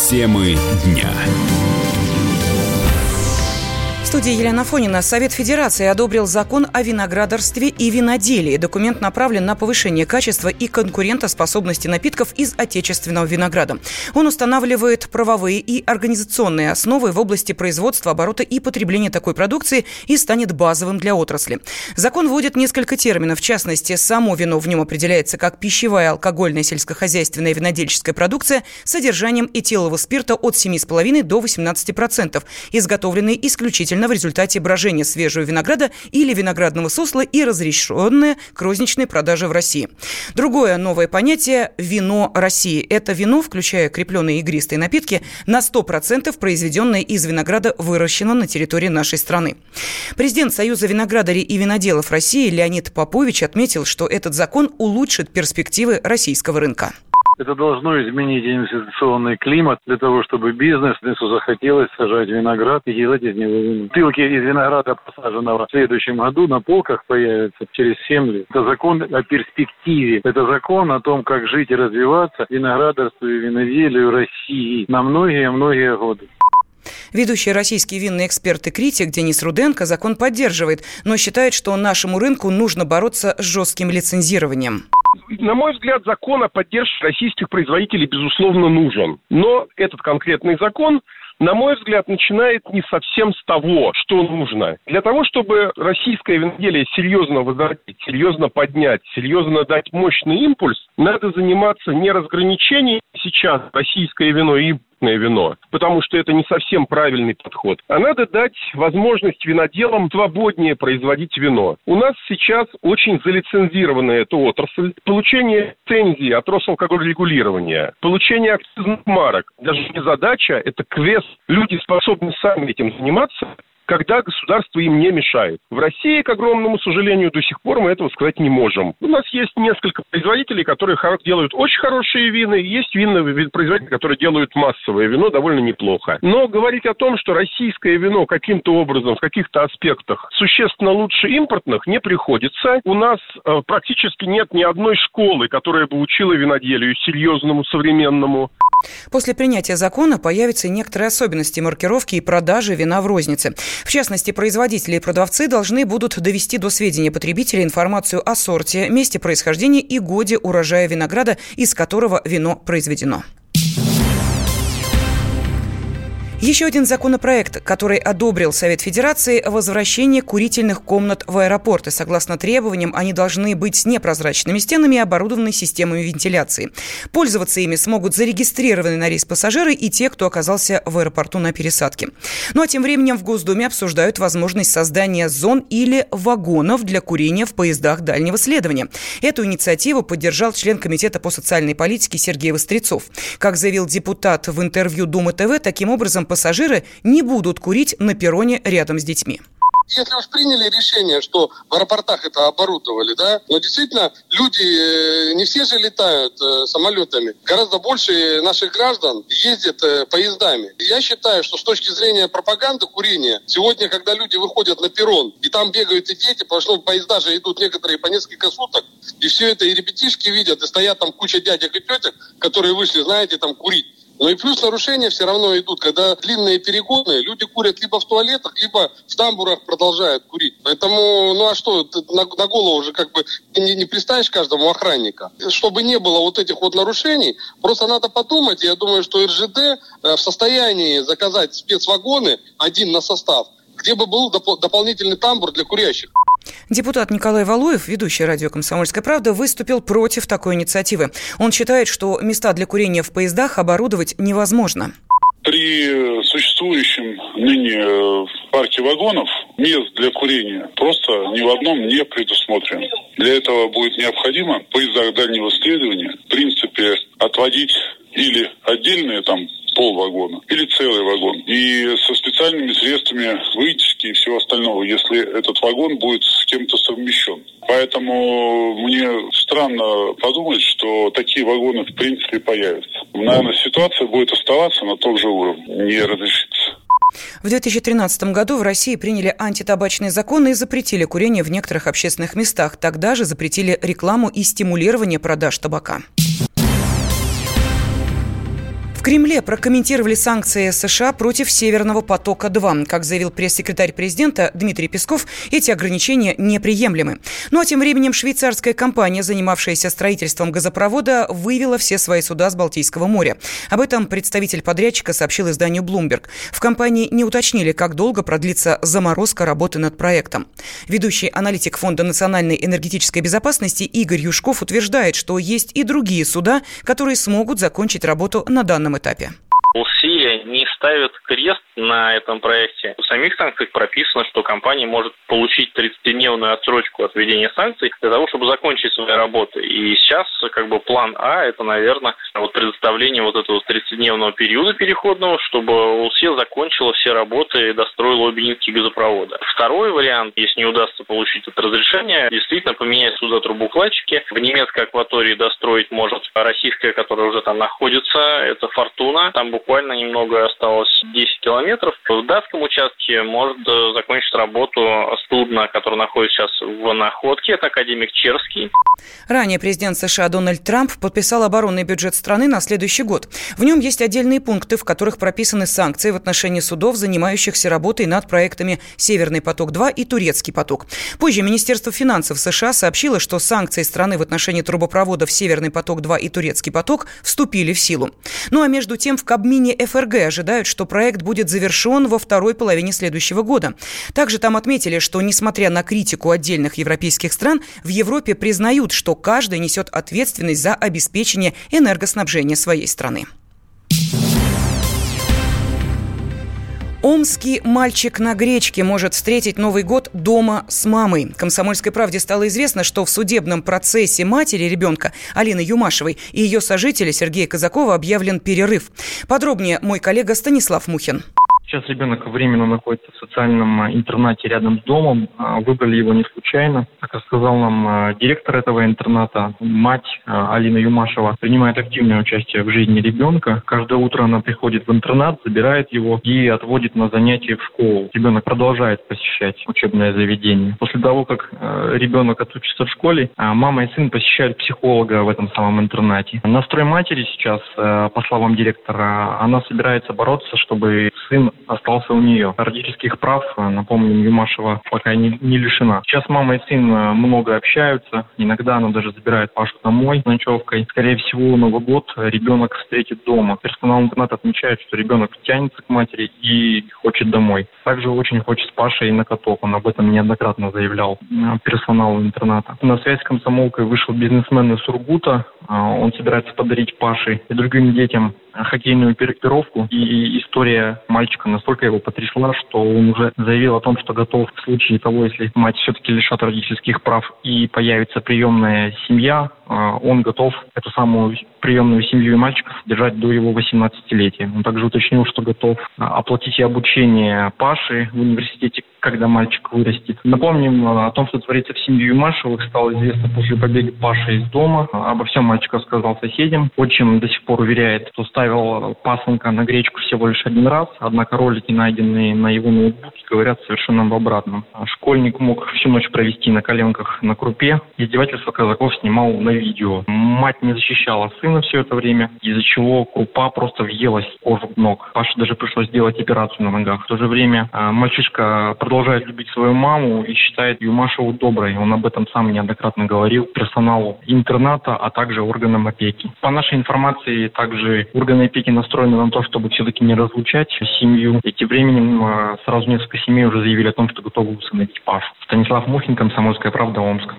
Темы дня. В студии Елена Афонина. Совет Федерации одобрил закон о виноградарстве и виноделии. Документ направлен на повышение качества и конкурентоспособности напитков из отечественного винограда. Он устанавливает правовые и организационные основы в области производства, оборота и потребления такой продукции и станет базовым для отрасли. Закон вводит несколько терминов. В частности, само вино в нем определяется как пищевая, алкогольная, сельскохозяйственная и винодельческая продукция с содержанием этилового спирта от 7,5% до 18%, изготовленный исключительно в результате брожения свежего винограда или виноградного сусла и разрешенная к розничной продаже в России. Другое новое понятие – вино России. Это вино, включая крепленные игристые напитки, на 100% произведенное из винограда, выращенного на территории нашей страны. Президент Союза виноградарей и виноделов России Леонид Попович отметил, что этот закон улучшит перспективы российского рынка. Это должно изменить инвестиционный климат для того, чтобы бизнесу захотелось сажать виноград и делать из него вино. Бутылки из винограда, посаженного в следующем году, на полках появятся через 7 лет. Это закон о перспективе. Это закон о том, как жить и развиваться виноградарству и виноделию России на многие-многие годы. Ведущий российский винный эксперт и критик Денис Руденко закон поддерживает, но считает, что нашему рынку нужно бороться с жестким лицензированием. На мой взгляд, закон о поддержке российских производителей, безусловно, нужен. Но этот конкретный закон, на мой взгляд, начинает не совсем с того, что нужно. Для того, чтобы российское виноделие серьезно возродить, серьезно поднять, серьезно дать мощный импульс, надо заниматься не разграничением сейчас российское вино и вино, потому что это не совсем правильный подход. А надо дать возможность виноделам свободнее производить вино. У нас сейчас очень залицензированная эта отрасль. Получение лицензии от Росалкогольрегулирования, получение акцизных марок. Даже не задача, это квест. Люди способны сами этим заниматься, когда государство им не мешает. В России, к огромному сожалению, до сих пор мы этого сказать не можем. У нас есть несколько производителей, которые делают очень хорошие вина, и есть винные производители, которые делают массовое вино довольно неплохо. Но говорить о том, что российское вино каким-то образом, в каких-то аспектах существенно лучше импортных, не приходится. У нас практически нет ни одной школы, которая бы учила виноделию серьезному, современному. После принятия закона появятся некоторые особенности маркировки и продажи вина в рознице. В частности, производители и продавцы должны будут довести до сведения потребителей информацию о сорте, месте происхождения и годе урожая винограда, из которого вино произведено. Еще один законопроект, который одобрил Совет Федерации – возвращение курительных комнат в аэропорты. Согласно требованиям, они должны быть с непрозрачными стенами и оборудованы системами вентиляции. Пользоваться ими смогут зарегистрированные на рейс пассажиры и те, кто оказался в аэропорту на пересадке. Ну а тем временем в Госдуме обсуждают возможность создания зон или вагонов для курения в поездах дальнего следования. Эту инициативу поддержал член Комитета по социальной политике Сергей Вострецов. Как заявил депутат в интервью Думы ТВ, таким образом пассажиры не будут курить на перроне рядом с детьми. Если уж приняли решение, что в аэропортах это оборудовали, да, но действительно люди, не все же летают самолетами. Гораздо больше наших граждан ездят поездами. Я считаю, что с точки зрения пропаганды курения, сегодня, когда люди выходят на перрон, и там бегают и дети, потому что поезда же идут некоторые по несколько суток, и все это и ребятишки видят, и стоят там куча дядек и тетек, которые вышли, знаете, там курить. Ну и плюс нарушения все равно идут, когда длинные перегоны, люди курят либо в туалетах, либо в тамбурах продолжают курить. Поэтому, ну а что, на голову уже как бы не приставишь каждому охранника. Чтобы не было вот этих вот нарушений, просто надо подумать, я думаю, что РЖД в состоянии заказать спецвагоны один на состав, где бы был дополнительный тамбур для курящих. Депутат Николай Валуев, ведущий радио «Комсомольская правда», выступил против такой инициативы. Он считает, что места для курения в поездах оборудовать невозможно. При существующем ныне в парке вагонов мест для курения просто ни в одном не предусмотрено. Для этого будет необходимо в поездах дальнего следования, в принципе, отводить или отдельные там полвагона или целый вагон. И со специальными средствами вытяжки и всего остального, если этот вагон будет с кем-то совмещен. Поэтому мне странно подумать, что такие вагоны в принципе появятся. Наверное, ситуация будет оставаться на том же уровне, не разрешится. В 2013 году в России приняли антитабачные законы и запретили курение в некоторых общественных местах. Тогда же запретили рекламу и стимулирование продаж табака. Кремле прокомментировали санкции США против «Северного потока-2». Как заявил пресс-секретарь президента Дмитрий Песков, эти ограничения неприемлемы. Ну а тем временем швейцарская компания, занимавшаяся строительством газопровода, вывела все свои суда с Балтийского моря. Об этом представитель подрядчика сообщил изданию Bloomberg. В компании не уточнили, как долго продлится заморозка работы над проектом. Ведущий аналитик Фонда национальной энергетической безопасности Игорь Юшков утверждает, что есть и другие суда, которые смогут закончить работу на данном этапе. Россия не ставит крест на этом проекте. В самих санкциях прописано, что компания может получить 30-дневную отсрочку от введения санкций для того, чтобы закончить свои работы. И сейчас план А – это, наверное, предоставление этого 30-дневного периода переходного, чтобы УЛСИ закончила все работы и достроила обе нитки газопровода. Второй вариант, если не удастся получить это разрешение, действительно поменять суда-трубоукладчики. В немецкой акватории достроить может российская, которая уже там находится, это «Фортуна». Там буквально немного осталось 10 километров. В датском участке может закончить работу судно, которое находится сейчас в находке. Это «Академик Черский». Ранее президент США Дональд Трамп подписал оборонный бюджет страны на следующий год. В нем есть отдельные пункты, в которых прописаны санкции в отношении судов, занимающихся работой над проектами «Северный поток-2» и «Турецкий поток». Позже Министерство финансов США сообщило, что санкции страны в отношении трубопроводов «Северный поток-2» и «Турецкий поток» вступили в силу. Ну а между тем в Кабмине ФРГ ожидают, что проект будет завершен во второй половине следующего года. Также там отметили, что, несмотря на критику отдельных европейских стран, в Европе признают, что каждый несет ответственность за обеспечение энергоснабжения своей страны. Омский мальчик на гречке может встретить Новый год дома с мамой. «Комсомольской правде» стало известно, что в судебном процессе матери ребенка Алины Юмашевой и ее сожителя Сергея Казакова объявлен перерыв. Подробнее мой коллега Станислав Мухин. Сейчас ребенок временно находится в социальном интернате рядом с домом. Выбрали его не случайно. Как рассказал нам директор этого интерната, мать Алина Юмашева принимает активное участие в жизни ребенка. Каждое утро она приходит в интернат, забирает его и отводит на занятия в школу. Ребенок продолжает посещать учебное заведение. После того, как ребенок отучится в школе, мама и сын посещают психолога в этом самом интернате. Настрой матери сейчас, по словам директора, она собирается бороться, чтобы сын остался у нее. Родительских прав, напомню, Юмашева пока не лишена. Сейчас мама и сын много общаются. Иногда она даже забирает Пашу домой с ночевкой. Скорее всего, Новый год ребенок встретит дома. Персонал интерната отмечает, что ребенок тянется к матери и хочет домой. Также очень хочет с Пашей на каток. Он об этом неоднократно заявлял персоналу интерната. На связь с комсомолкой вышел бизнесмен из Сургута. Он собирается подарить Паше и другим детям хоккейную экипировку. И история мальчика настолько его потрясла, что он уже заявил о том, что готов в случае того, если мать все-таки лишат родительских прав и появится приемная семья, он готов эту самую приемную семью и мальчика содержать до его 18-летия. Он также уточнил, что готов оплатить и обучение Паши в университете, когда мальчик вырастет. Напомним о том, что творится в семье Юмашевых, стало известно после побега Паши из дома. Обо всем мальчик рассказал соседям. Отчим до сих пор уверяет, что ставил пасынка на гречку всего лишь один раз, однако ролики, найденные на его ноутбуке, говорят совершенно об обратном. Школьник мог всю ночь провести на коленках на крупе. Издевательство Казаков снимал на видео. Мать не защищала сына все это время, из-за чего крупа просто въелась в кожу ног. Паше даже пришлось делать операцию на ногах. В то же время мальчишка продолжает любить свою маму и считает Юмашеву доброй. Он об этом сам неоднократно говорил персоналу интерната, а также органам опеки. По нашей информации, также органы опеки настроены на то, чтобы все-таки не разлучать семью. И тем временем сразу несколько семей уже заявили о том, что готовы усыновить Пашу. Станислав Мухин, «Комсомольская правда», Омск.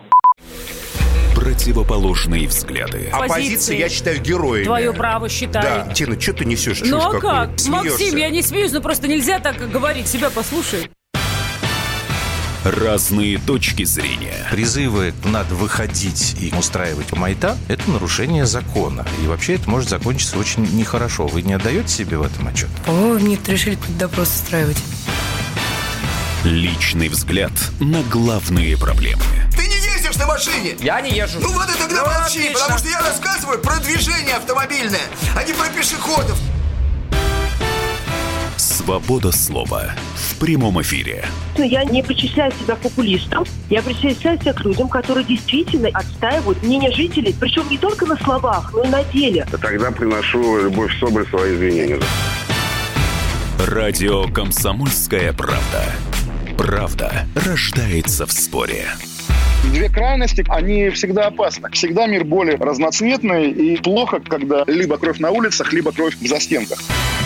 Противоположные взгляды. Оппозиция, я считаю, героями. Твое право считаю. Да, Тина, что ты несешь? Ну а как? Максим, я не смеюсь, но просто нельзя так говорить. Себя послушай. Разные точки зрения. Призывы «надо выходить и устраивать майдан» — это нарушение закона. И вообще это может закончиться очень нехорошо. Вы не отдаете себе в этом отчет? По-моему, нет, решили какой-то допрос устраивать. Личный взгляд на главные проблемы. Ты не ездишь на машине? Я не езжу. Ну вот и тогда молчи, потому что я рассказываю про движение автомобильное, а не про пешеходов. Свобода слова в прямом эфире. Я не причисляю себя к популистам. Я причисляю себя к людям, которые действительно отстаивают мнение жителей. Причем не только на словах, но и на деле. Тогда приношу Любовь Соболь свои извинения. Радио «Комсомольская правда». Правда рождается в споре. Две крайности, они всегда опасны. Всегда мир более разноцветный, и плохо, когда либо кровь на улицах, либо кровь в застенках.